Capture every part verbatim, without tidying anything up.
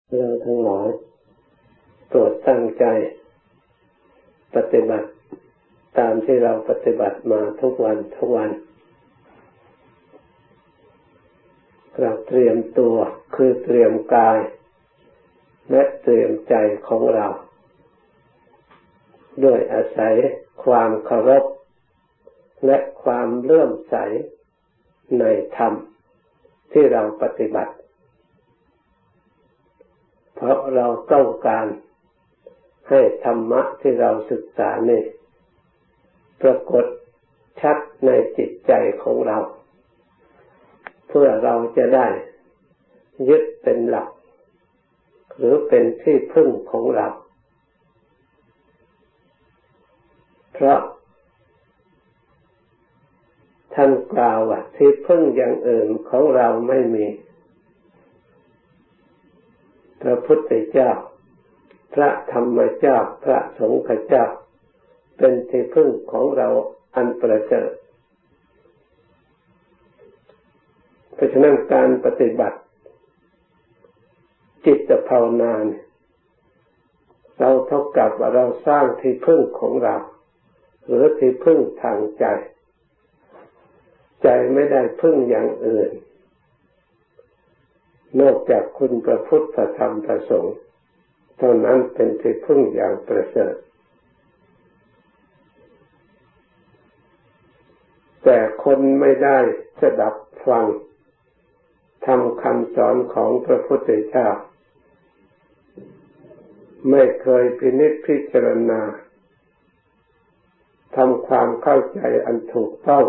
เราทั้งหลายโปรดตั้งใจปฏิบัติตามที่เราปฏิบัติมาทุกวันทุกวันเราเตรียมตัวคือเตรียมกายและเตรียมใจของเราด้วยอาศัยความเคารพและความเลื่อมใสในธรรมที่เราปฏิบัติเพราะเราต้องการให้ธรรมะที่เราศึกษานี่ปรากฏชัดในจิตใจของเราเพื่อเราจะได้ยึดเป็นหลักหรือเป็นที่พึ่งของเราเพราะท่านกล่าวว่าที่พึ่งอย่างอื่นของเราไม่มีพระพุทธเจ้าพระธรรมเจ้าพระสงฆ์เจ้าเป็นที่พึ่งของเราอันประเสริฐเพราะฉะนั้นการปฏิบัติจิตภาวนาเราเท่ากับว่าเราสร้างที่พึ่งของเราหรือที่พึ่งทางใจใจไม่ได้พึ่งอย่างอื่นนอกจากคุณพระพุทธพระธรรมพระสงฆ์เท่านั้นเป็นที่พึ่งอย่างประเสริฐแต่คนไม่ได้สดับฟังทำคำสอนของพระพุทธเจ้าไม่เคยพินิจพิจารณาทำความเข้าใจอันถูกต้อง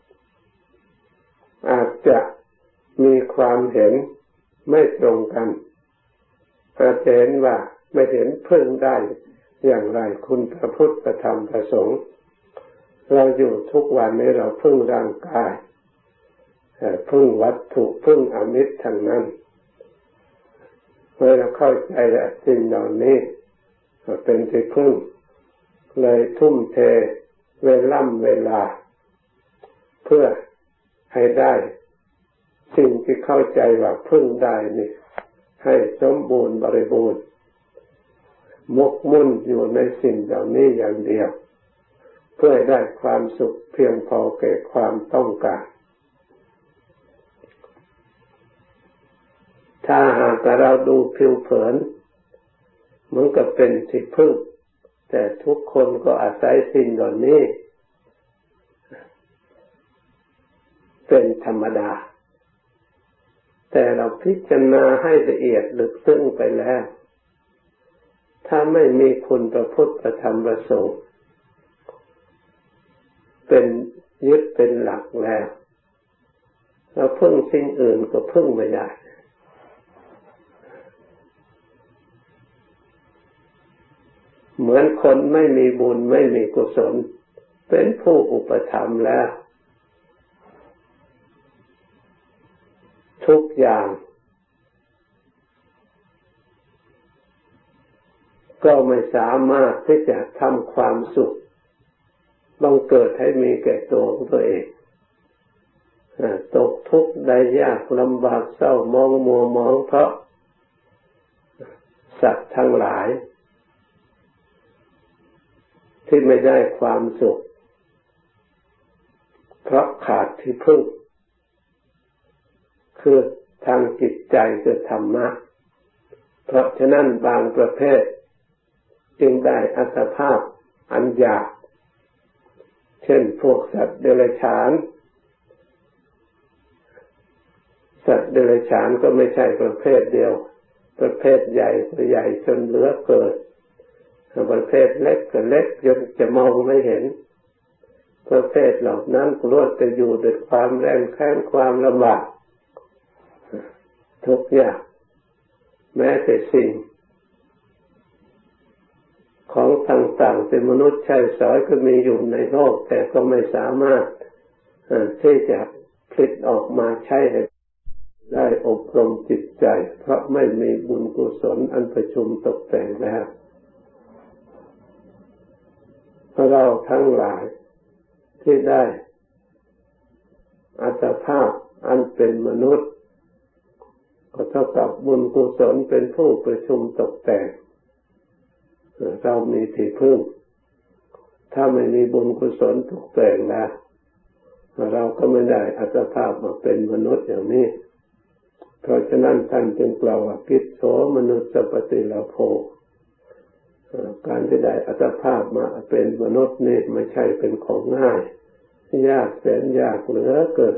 อาจจะมีความเห็นไม่ตรงกันอาจจะเห็นว่าไม่เห็นพึ่งได้อย่างไรคุณพระพุทธพระธรรมพระสงฆ์เราอยู่ทุกวันนี้เราพึ่งร่างกายพึ่งวัตถุพึ่งอมิตรทั้งนั้นเมื่อเราเข้าใจและสิ่งเหล่านี้เป็นที่พึ่งเลยทุ่มเทเวลาเวลาเพื่อให้ได้สิ่งที่เข้าใจว่าพึ่งได้นี่ให้สมบูรณ์บริบูรณ์หมกมุ่นอยู่ในสิ่งเหล่านี้อย่างเดียวเพื่อให้ได้ความสุขเพียงพอแก่ความต้องการถ้าหากเราดูผิวเผินมันก็เป็นที่พึ่งแต่ทุกคนก็อาศัยสิ่งเหล่านี้เป็นธรรมดาแต่เราพิจารณาให้ละเอียดลึกซึ้งไปแล้วถ้าไม่มีคุณพระพุทธพระธรรมพระสงฆ์เป็นยึดเป็นหลักแล้วเราพึ่งสิ่งอื่นก็พึ่งไม่ได้เหมือนคนไม่มีบุญไม่มีกุศลเป็นผู้อุปถัมภ์แล้วทุกอย่างก็ไม่สามารถที่จะทำความสุขบังเกิดให้มีแก่ตัวของตัวเองตกทุกข์ได้ยากลำบากเศร้ามองมัวมองเพราะสัตว์ทั้งหลายที่ไม่ได้ความสุขเพราะขาดที่พึ่งคือทางจิตใจคือธรรมะเพราะฉะนั้นบางประเภทจึงได้อัตภาพอันหยาบเช่นพวกสัตว์เดรัจฉานสัตว์เดรัจฉานก็ไม่ใช่ประเภทเดียวประเภทใหญ่ก็ใหญ่จนเหลือเกินประเภทเล็กก็เล็กจนจะมองไม่เห็นประเภทเหล่านั้นล้วนแต่อยู่ด้วยความแรงแค้นความลำบากทุกอย่างแม้แต่สิ่งของต่างๆที่มนุษย์ใช้สอยก็มีอยู่ในโลกแต่ก็ไม่สามารถที่จะผลิตออกมาใช้ได้อบรมจิตใจเพราะไม่มีบุญกุศลอันประชุมตกแต่งแล้วเราทั้งหลายที่ได้อัตภาพอันเป็นมนุษย์ก็เท่ากับบุญกุศลเป็นผู้ประชุมตกแต่งเรามีที่พึ่งถ้าไม่มีบุญกุศลตกแต่งแล้วเราก็ไม่ได้อัตภาพมาเป็นมนุษย์อย่างนี้เพราะฉะนั้นท่านจึงกล่าวว่ากิจโสมนุษย์สัพพติลาโภการที่ได้อัตภาพมาเป็นมนุษย์นี่ไม่ใช่เป็นของง่ายยากแสนยากเหลือเกิน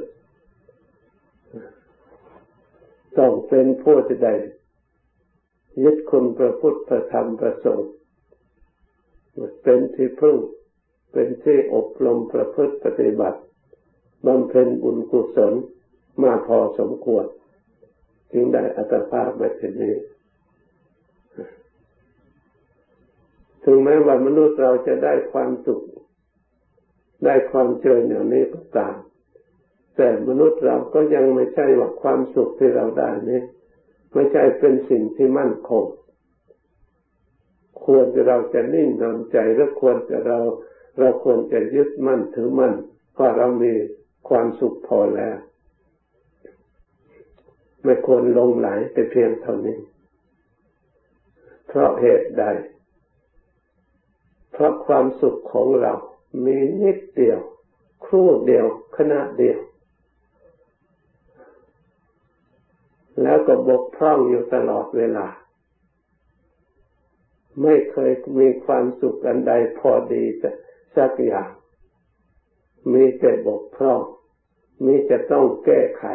ต้องเป็นผู้ที่ได้ยึดคุณพระพุทธพระธรรมพระสงฆ์เป็นที่พึ่งเป็นที่อบรมประพฤติปฏิบัติบำเพ็ญบุญกุศลมาพอสมควรจึงได้อัตภาพมาเป็นนี้ถึงแม้ว่ามนุษย์เราจะได้ความสุขได้ความเจริญอย่างนี้ก็ตามแต่มนุษย์เราก็ยังไม่ใช่ว่าความสุขที่เราได้นี้ไม่ใช่เป็นสิ่งที่มั่นคงควรจะเราจะนิ่งนอนใจหรือควรจะเราเราควรจะยึดมั่นถือมั่นว่าเรามีความสุขพอแล้วไม่ควรหลงไหลแต่เพียงเท่านี้เพราะเหตุใดเพราะความสุขของเรามีนิดเดียวครู่เดียวขณะเดียวแล้วก็บกพร่องอยู่ตลอดเวลาไม่เคยมีความสุขอันใดพอดีสักอย่างมีแต่บกพร่องมีจะต้องแก้ไข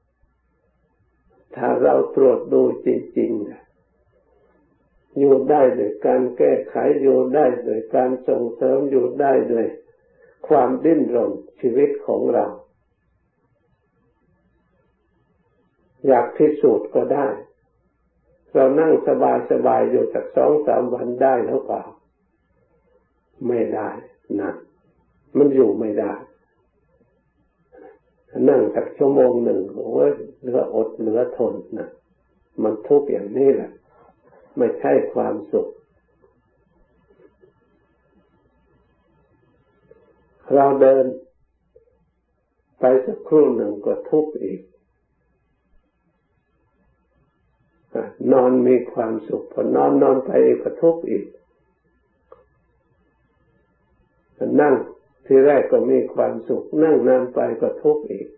ถ้าเราตรวจดูจริงๆอยู่ได้โดยการแก้ไขอยู่ได้โดยการส่งเสริมอยู่ได้โดยความดิ้นรนชีวิตของเราอยากพิสูจน์ก็ได้เรานั่งสบายๆอยู่สักสองสามวันได้หรือเปล่าไม่ได้นะมันอยู่ไม่ได้นั่งสักชั่วโมงหนึ่งโอ้ยเหลืออดเหลือทนนะมันทุกข์อย่างนี้แหละไม่ใช่ความสุขเราเดินไปสักครู่หนึ่งก็ทุกข์อีกนอนมีความสุขพอนอนนอนไปอีกก็ทุกข์อีกนั่งทีแรกก็มีความสุขนั่งนานไปก็ทุกข์อีก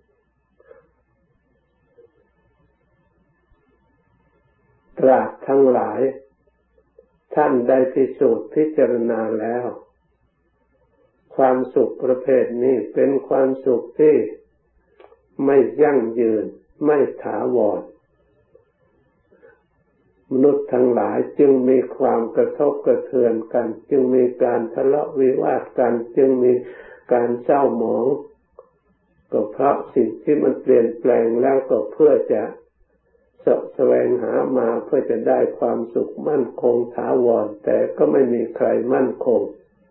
ตราบทั้งหลายท่านได้พิสูจน์พิจารณาแล้วความสุขประเภทนี้เป็นความสุขที่ไม่ยั่งยืนไม่ถาวรมนุษย์ทั้งหลายจึงมีความกระทบกระเทือนกันจึงมีการทะเลาะวิวาทกันจึงมีการเศร้าหมองก็เพราะสิ่งที่มันเปลี่ยนแปลงแล้วก็เพื่อจะเสาะแสวงหามาเพื่อจะได้ความสุขมั่นคงถาวรแต่ก็ไม่มีใครมั่นคง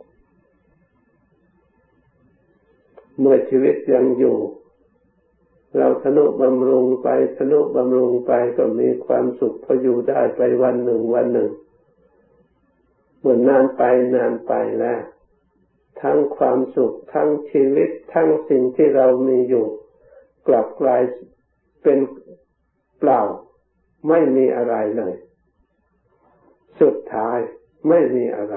เมื่อชีวิตยังอยู่เราทนุบำรุงไปทนุบำรุงไปก็มีความสุขพออยู่ได้ไปวันหนึ่งวันหนึ่งเมื่อนานไปนานไปแล้วทั้งความสุขทั้งชีวิตทั้งสิ่งที่เรามีอยู่กลับกลายเป็นเปล่าไม่มีอะไรเลยสุดท้ายไม่มีอะไร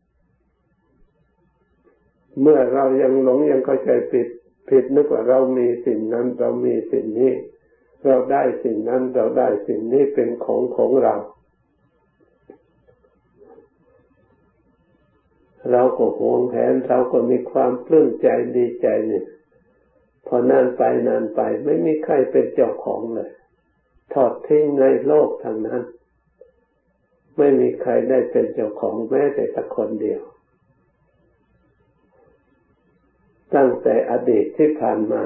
เมื่อเรายังหลงยังเข้าใจผิดผิดนึกว่าเรามีสิ่งนั้นเรามีสิ่งนี้เราได้สิ่งนั้นเราได้สิ่งนี้เป็นของของเราเราก็หวงแหนเราก็มีความปลื้มใจดีใจนี่พอนานไปนานไปไม่มีใครเป็นเจ้าของเลยทอดทิ้งในโลกทั้งนั้นไม่มีใครได้เป็นเจ้าของแม้แต่สักคนเดียวตั้งแต่อดีตที่ผ่านมา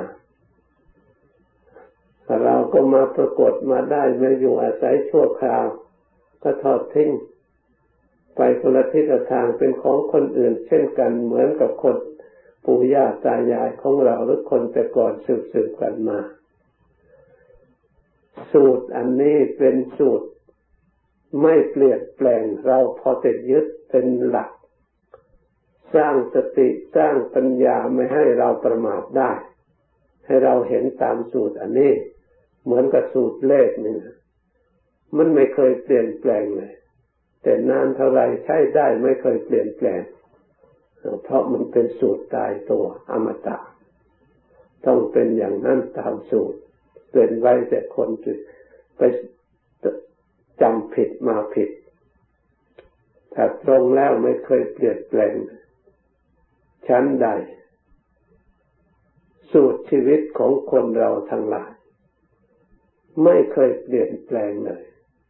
เราก็มาปรากฏมาได้มาอยู่อาศัยชั่วคราวก็ทอดทิ้งไปคนละทิศทางเป็นของคนอื่นเช่นกันเหมือนกับคนปู่ย่าตายายของเราหรือคนแต่ก่อนสืบๆกันมาสูตรอันนี้เป็นสูตรไม่เปลี่ยนแปลงเราพอจะยึดเป็นหลักสร้างสติสร้างปัญญาไม่ให้เราประมาทได้ให้เราเห็นตามสูตรอันนี้เหมือนกับสูตรเลขนี่นะมันไม่เคยเปลี่ยนแปลงเลยแต่นานเท่าไรใช้ได้ไม่เคยเปลี่ยนแปลงเพราะมันเป็นสูตรตายตัวอมตะต้องเป็นอย่างนั้นตามสูตรเป็นไว้แต่คนไปจำผิดมาผิดถ้าตรงแล้วไม่เคยเปลี่ยนแปลงชั้นใดสูตรชีวิตของคนเราทั้งหลายไม่เคยเปลี่ยนแปลงเลย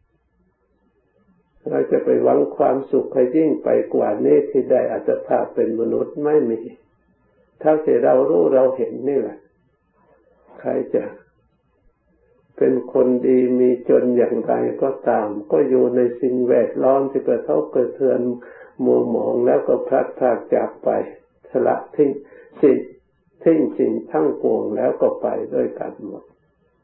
เราจะไปหวังความสุขให้ยิ่งไปกว่านี้ที่ได้อัตภาพเป็นมนุษย์ไม่มีถ้าที่เรารู้เราเห็นนี่แหละใครจะเป็นคนดีมีจนอย่างไรก็ตามก็อยู่ในสิ่งแวดล้อมที่กระทบกระเทือนมัวหมองแล้วก็พลัดพรากจากไปสละทิ้งสิ่งทิ้งสิ่งทั้งปวงแล้วก็ไปด้วยกันหมด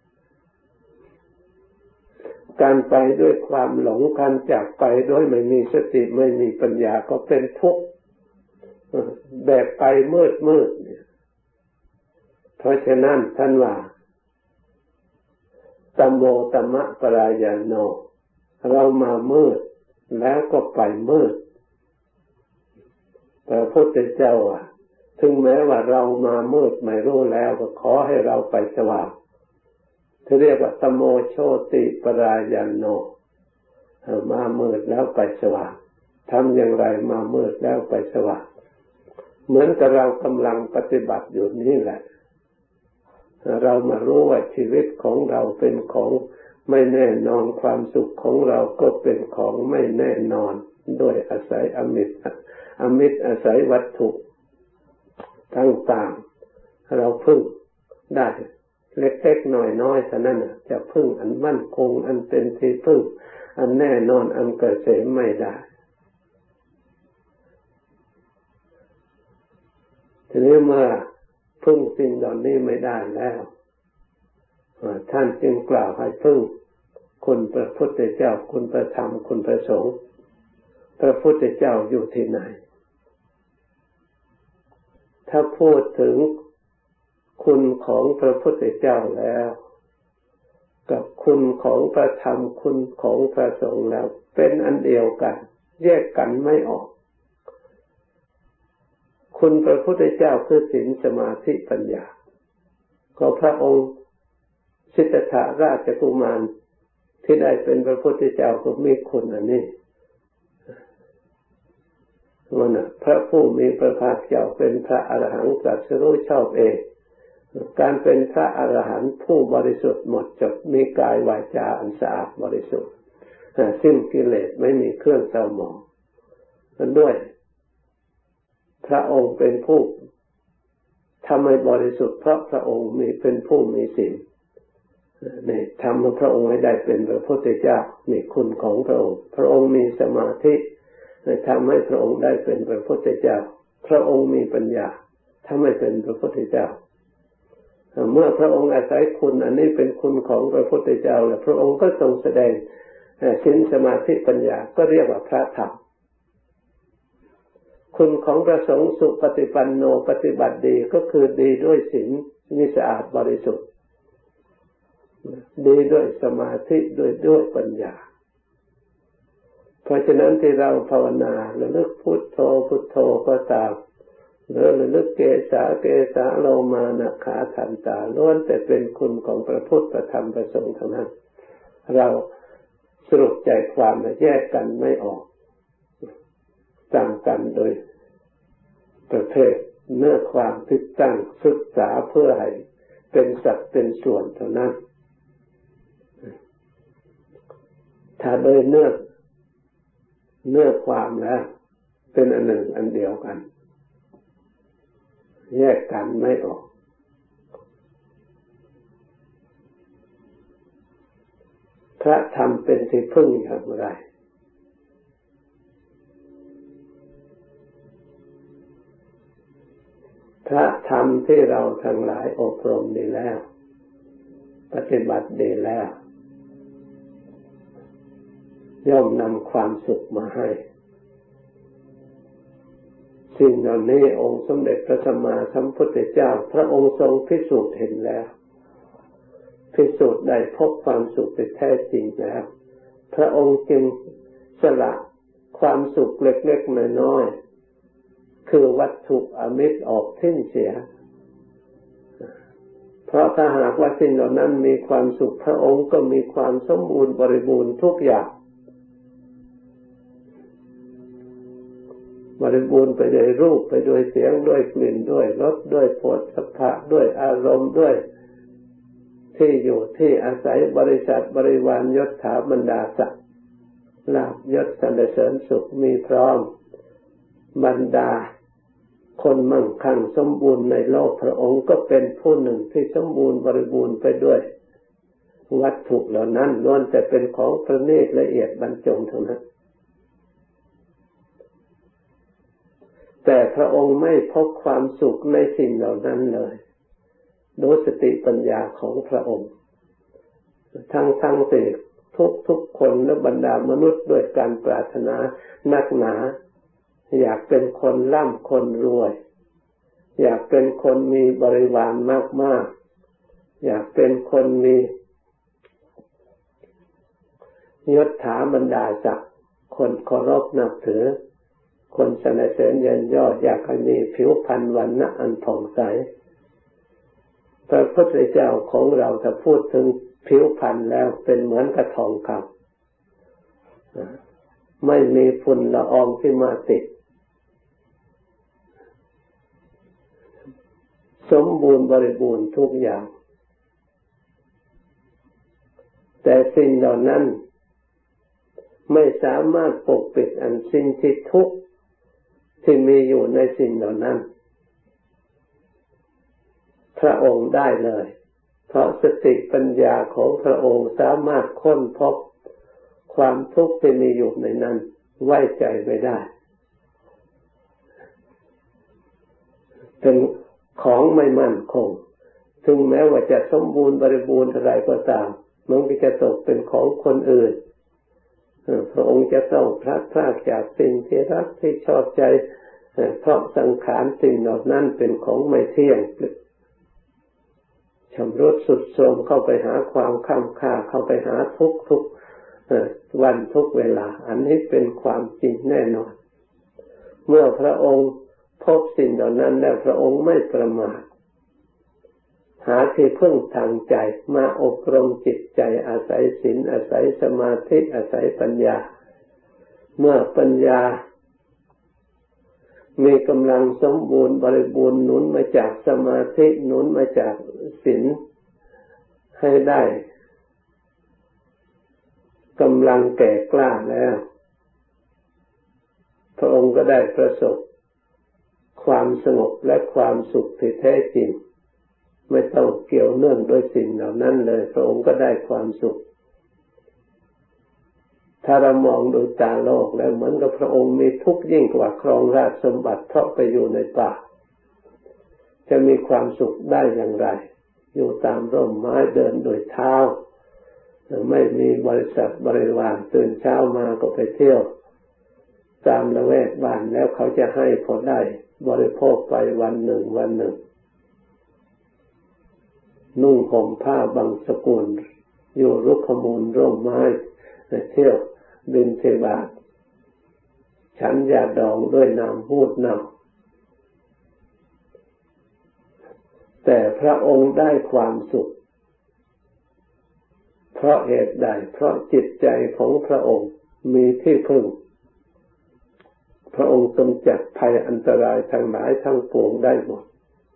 การไปด้วยความหลงการจากไปด้วยไม่มีสติไม่มีปัญญาก็เป็นทุกข์แบบไปมืดมืดเนี่ยเพราะฉะนั้นท่านว่าตัมโมตัมมะปรายาโนเรามามืดแล้วก็ไปมืดพระพุทธเจ้าอ่ะถึงแม้ว่าเรามามืดไม่รู้แล้วก็ขอให้เราไปสว่างที่เรียกว่าตัมโมโชติปรายาโนมามืดแล้วไปสว่างทำอย่างไรมามืดแล้วไปสว่างเหมือนกับเรากำลังปฏิบัติอยู่นี่แหละเรามารู้ว่าชีวิตของเราเป็นของไม่แน่นอนความสุขของเราก็เป็นของไม่แน่นอนโดยอาศัยอมิตรอมิตรอาศัยวัตถุต่างๆเราพึ่งได้เล็กๆน้อยๆเท่านั้นจะพึ่งอันมั่นคงอันเป็นที่พึ่งอันแน่นอนอันเกษมไม่ได้ทีนี้เมื่อพึ่งสิ่งเหล่านี้ไม่ได้แล้วท่านจึงกล่าวให้พึ่งคุณพระพุทธเจ้าคุณพระธรรมคุณพระสงฆ์พระพุทธเจ้าอยู่ที่ไหนถ้าพูดถึงคุณของพระพุทธเจ้าแล้วกับคุณของพระธรรมคุณของพระสงฆ์แล้วเป็นอันเดียวกันแยกกันไม่ออกคุณพระพุทธเจ้าคือศีลสมาธิปัญญาก็พระองค์สิทธัตถะราชกุมารที่ได้เป็นพระพุทธเจ้าก็มีคุณอันนี้ว่านะพระผู้มีพระภาคเจ้าเป็นพระอรหันต์ตรัสรู้ชอบเองการเป็นพระอรหันต์ผู้บริสุทธิ์หมดจดมีกายวาจาอันสะอาดบริสุทธิ์สิ้นกิเลสไม่มีเครื่องเศร้าหมองด้วยพระองค์เป็นผู้ทำให้บริสุทธิ์เพราะพระองค์มีเป็นผู้มีศีลนี่ทำให้พระองค์ให้ได้เป็นพระพุทธเจ้านี่คุณของพระองค์พระองค์มีสมาธิทำให้พระองค์ได้เป็นพระพุทธเจ้าพระองค์มีปัญญาทำให้เป็นพระพุทธเจ้าเมื่อพระองค์อาศัยคุณอันนี้เป็นคุณของพระพุทธเจ้าแล้วพระองค์ก็ทรงแสดงศีลสมาธิปัญญาก็เรียกว่าพระธรรมคุณของพระสงฆ์สุปฏิปันโนปฏิบัติดีก็คือดีด้วยศีลนี่สะอาดบริสุทธิ์ดีด้วยสมาธิด้วยด้วยปัญญาเพราะฉะนั้นที่เราภาวนาระลึกพุทโธพุทโธก็ตามหรือระลึกเกสาเกสาโลมานะขาทันตาล้วนแต่เป็นคุณของพระพุทธพระธรรมพระสงฆ์ทั้งนั้นเราสรุปใจความและแยกกันไม่ออกต่างกันโดยประเภทเนื้อความที่ตั้งศึกษาเพื่อให้เป็นสัดเป็นส่วนเท่านั้นถ้าโดยเนื้อเนื้อความแล้วเป็นอันหนึ่งอันเดียวกันแยกกันไม่ออกพระธรรมเป็นที่พึ่งอย่างไรพระธรรมที่เราทั้งหลายอบรมดีแล้วปฏิบัติดีแล้วย่อมนำความสุขมาให้สิ่งเหล่านี้องค์สมเด็จพระสัมมาสัมพุทธเจ้าพระองค์ทรงพิสูจน์เห็นแล้วพิสูจน์ได้พบความสุขที่แท้จริงแล้วพระองค์จึงสละความสุขเล็กๆน้อยๆคือวัตถุอมิตรออกทิ้งเสียเพราะถ้าหากว่าสิ่งเหล่านั้นมีความสุขพระองค์ก็มีความสมบูรณ์บริบูรณ์ทุกอย่างบริบูรณ์ไปด้วยรูปไปด้วยเสียงด้วยกลิ่นด้วยรสด้วยโผฏฐัพพะด้วยอารมณ์ด้วยที่อยู่ที่อาศัยบริษัทบริวารยศถาบรรดาศักดิ์ลาภยศสรรเสริญสุขมีพร้อมบรรดาคนมั่งคั่งสมบูรณ์ในโลกพระองค์ก็เป็นผู้หนึ่งที่สมบูรณ์บริบูรณ์ไปด้วยวัตถุเหล่านั้นล้วนแต่เป็นของประณีตละเอียดบรรจงเท่านั้นแต่พระองค์ไม่พบความสุขในสิ่งเหล่านั้นเลยโดยสติปัญญาของพระองค์ทั้งทั้งที่ทุกทุกคนและบรรดามนุษย์ด้วยการปรารถนานักหนาอยากเป็นคนร่ำคนรวยอยากเป็นคนมีบริวารมากๆอยากเป็นคนมียศถาบรรดาศักดิ์คนเคารพนับถือคนสรรเสริญเยินยออยากให้มีผิวพรรณวรรณะอันผ่องใสพระพุทธเจ้าของเราถ้าพูดถึงผิวพรรณแล้วเป็นเหมือนกับทองคำไม่มีฝุ่นละอองที่มาติดสมบูรณ์บริบูรณ์ทุกอย่างแต่สิ่งเหล่านั้นไม่สามารถปกปิดอันสิ่งที่ทุกข์ที่มีอยู่ในสิ่งเหล่านั้นพระองค์ได้เลยเพราะสติปัญญาของพระองค์สามารถค้นพบความทุกข์ที่มีอยู่ในนั้นไว้ใจไม่ได้เป็นของไม่มั่นคงถึงแม้ว่าจะสมบูรณ์บริบูรณ์อะไรก็ตามมันก็จะตกเป็นของคนอื่นพระองค์จะต้องพลัดพรากจากสิ่งที่รักที่ชอบใจเพราะสังขารสิ่งเหล่านั้นเป็นของไม่เที่ยงชำรุดทรุดโทรมเข้าไปหาความค้ำค่าเข้าไปหาทุกทุกวันทุกเวลาอันนี้เป็นความจริงแน่นอนเมื่อพระองค์พบสิ่งเหล่านั้นแล้วพระองค์ไม่ประมาทหาที่พึ่งทางใจมาอบรมจิตใจอาศัยศีลอาศัยสมาธิอาศัยปัญญาเมื่อปัญญามีกำลังสมบูรณ์บริบูรณ์หนุนมาจากสมาธิหนุนมาจากศีลให้ได้กำลังแก่กล้าแล้วพระองค์ก็ได้ประสบความสงบและความสุขที่แท้จริงไม่ต้องเกี่ยวเนื่องด้วยสิ่งเหล่านั้นเลยพระองค์ก็ได้ความสุขถ้าเรามองดูตาโลกแล้วเหมือนกับพระองค์มีทุกข์ยิ่งกว่าครองราชสมบัติเพราะไปอยู่ในป่าจะมีความสุขได้อย่างไรอยู่ตามร่มไม้เดินโดยเท้าไม่มีบริษัทบริวารตื่นเช้ามาก็ไปเที่ยวตามละแวกบ้านแล้วเขาจะให้พอได้บริโภคไปวันหนึ่งวันหนึ่งนุ่งห่มผ้าบางสกุลอยู่รุกขมูลร่มไม้เที่ยวบิณฑบาตฉันยาดองด้วยน้ำมูดเน่าแต่พระองค์ได้ความสุขเพราะเหตุใดเพราะจิตใจของพระองค์มีที่พึ่งพระองค์กำจัดภัยอันตรายทั้งหลายทั้งปวงได้หมด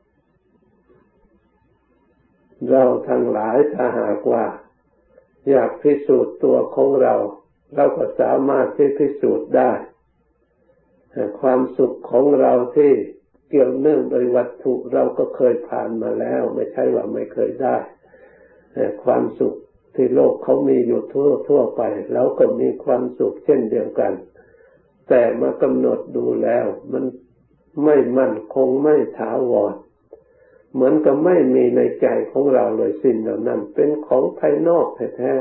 เราทั้งหลายถ้าหากว่าอยากพิสูจน์ตัวของเราเราก็สามารถที่พิสูจน์ได้ความสุขของเราที่เกี่ยวเนื่องโดยวัตถุเราก็เคยผ่านมาแล้วไม่ใช่ว่าไม่เคยได้ความสุขที่โลกเขามีอยู่ทั่วทั่วไปเราก็มีความสุขเช่นเดียวกันแต่มากำหนดดูแล้วมันไม่มั่นคงไม่ถาวรเหมือนกับไม่มีในใจของเราเลยสิ่งเหล่านั้นเป็นของภายนอกแท้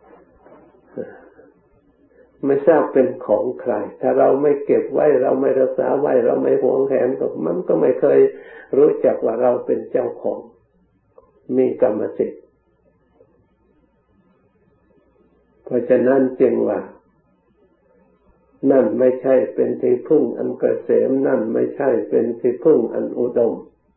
ๆไม่ทราบเป็นของใครถ้าเราไม่เก็บไว้เราไม่รักษาไว้เราไม่หวงแหนก็มันก็ไม่เคยรู้จักว่าเราเป็นเจ้าของมีกรรมสิทธิ์เพราะฉะนั้นจึงว่านั่นไม่ใช่เป็นที่พึ่งอันเกษมนั่นไม่ใช่เป็นที่พึ่งอันอุดม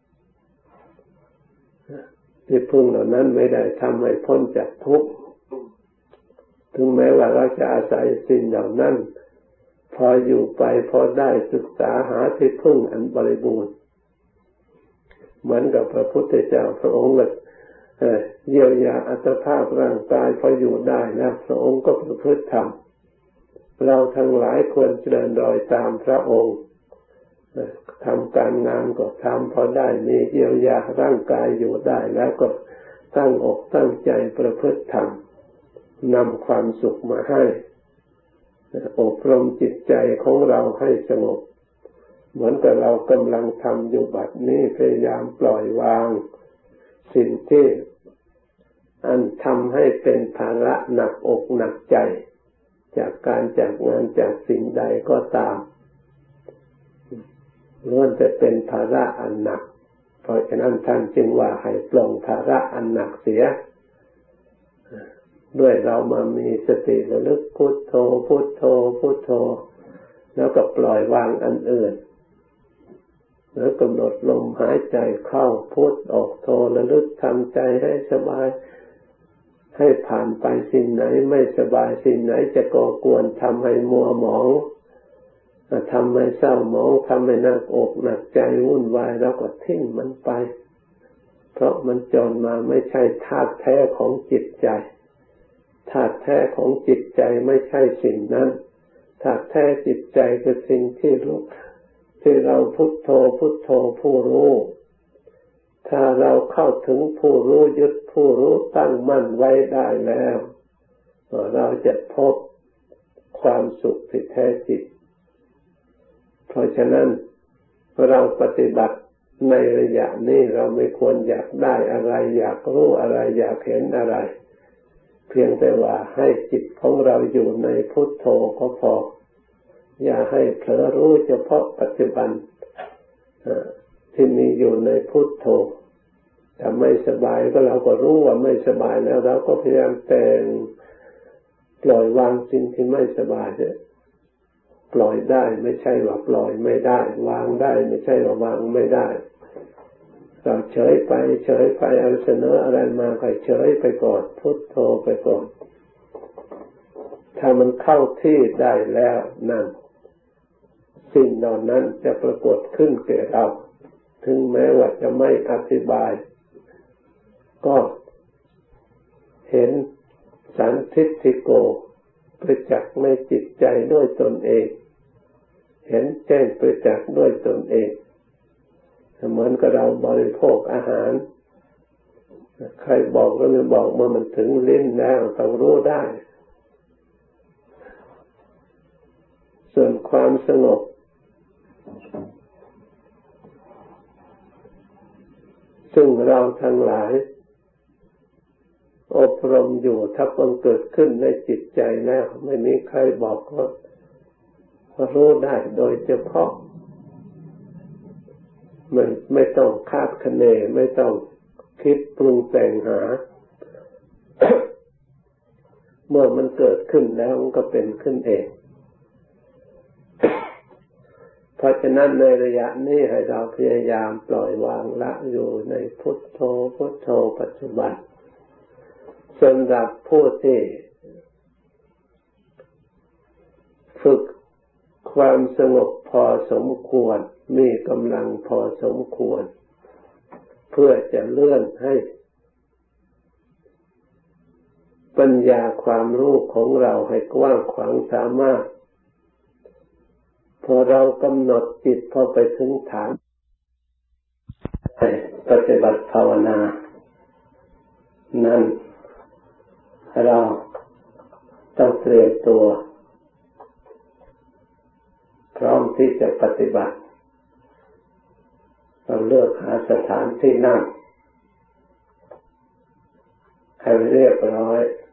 ที่พึ่งเหล่านั้นไม่ได้ทำให้พ้นจากทุกข์ถึงแม้ว่าเราจะอาศัยสิ่งเหล่านั้นพออยู่ไปพอได้ศึกษาหาที่พึ่งอันบริบูรณ์เหมือนกับพระพุทธเจ้าพระองค์เยียวยาอัตภาพร่างกายพออยู่ได้นะพระองค์ก็ประพฤติธรรมเราทั้งหลายควรเดินรอยตามพระองค์ทำการงานก็ทำพอได้มีเยียวยาร่างกายอยู่ได้แล้วก็ตั้งอกตั้งใจประพฤติธรรมนำความสุขมาให้อบรมจิตใจของเราให้สงบเหมือนกับเรากำลังทำอยู่บัดนี้พยายามปล่อยวางสิ่งที่อันทำให้เป็นภาระหนักอกหนักใจจากการจากงานจากสิ่งใดก็ตามล้วนจะเป็นภาระอันหนักเพราะฉะนั้นท่านจึงว่าให้ปลงภาระอันหนักเสียด้วยเรามามีสติระลึกพุทโธพุทโธพุทโธแล้วก็ปล่อยวางอันอื่นแล้วกำหนดลมหายใจเข้าพุทออกโธระลึกทำใจให้สบายให้ผ่านไปสิ่งไหนไม่สบายสิ่งไหนจะก่อกวนทำให้มัวหมองทำให้เศร้าหมองทำให้หนักอกหนักใจวุ่นวายแล้วก็ทิ้งมันไปเพราะมันจรมาไม่ใช่ธาตุแท้ของจิตใจธาตุแท้ของจิตใจไม่ใช่สิ่งนั้นธาตุแท้จิตใจคือสิ่งที่รู้ที่เราพุทโธพุทโธผู้รู้ถ้าเราเข้าถึงผู้รู้ยึดผู้รู้ตั้งมั่นไว้ได้แล้วเราจะพบความสุขที่แท้จริงเพราะฉะนั้นเราปฏิบัติในระยะนี้เราไม่ควรอยากได้อะไรอยากรู้อะไรอยากเห็นอะไรเพียงแต่ว่าให้จิตของเราอยู่ในพุทโธก็พออย่าให้เผลอรู้เฉพาะปัจจุบันที่มีอยู่ในพุทโธถ้าไม่สบายก็เราก็รู้ว่าไม่สบายแล้วเราก็พยายามแต่งปล่อยวางสิ่งที่ไม่สบายเนี่ยปล่อยได้ไม่ใช่ว่าปล่อยไม่ได้วางได้ไม่ใช่ว่าวางไม่ได้เราเฉยไปเฉยไปเอาเสนออะไรมาก็เฉยไปก่อนพุทโธไปก่อนถ้ามันเข้าที่ได้แล้วนั่นสิ่งเหล่านั้นจะปรากฏขึ้นแก่เราถึงแม้ว่าจะไม่อธิบายก็เห็นสันทิฏฐิโกประจักษ์ในจิตใจด้วยตนเองเห็นแจ้งประจักษ์ด้วยตนเองเหมือนกับเราบริโภคอาหารใครบอกก็ไม่บอกเมื่อมันถึงลิ้นแล้วต้องรู้ได้ส่วนความสงบซึ่งเราทั้งหลายอบรมอยู่ถ้ามันเกิดขึ้นในจิตใจแล้วไม่มีใครบอกว่ารู้ได้โดยเฉพาะไม่ไม่ต้องคาดคะเนไม่ต้องคิดปรุงแต่งหา เมื่อมันเกิดขึ้นแล้วมันก็เป็นขึ้นเอง เพราะฉะนั้นในระยะนี้ให้เราพยายามปล่อยวางละอยู่ในพุทโธพุทโธปัจจุบันสำหรับผู้ที่ฝึกความสงบพอสมควรมีกำลังพอสมควรเพื่อจะเลื่อนให้ปัญญาความรู้ของเราให้กว้างขวางสามารถพอเรากำหนดจิตพอไปถึงฐานปฏิบัติภาวนานั้นเราต้องเตรียมตัวพร้อมที่จะปฏิบัติเราเลือกหาสถานที่นั่งให้เรียบร้อย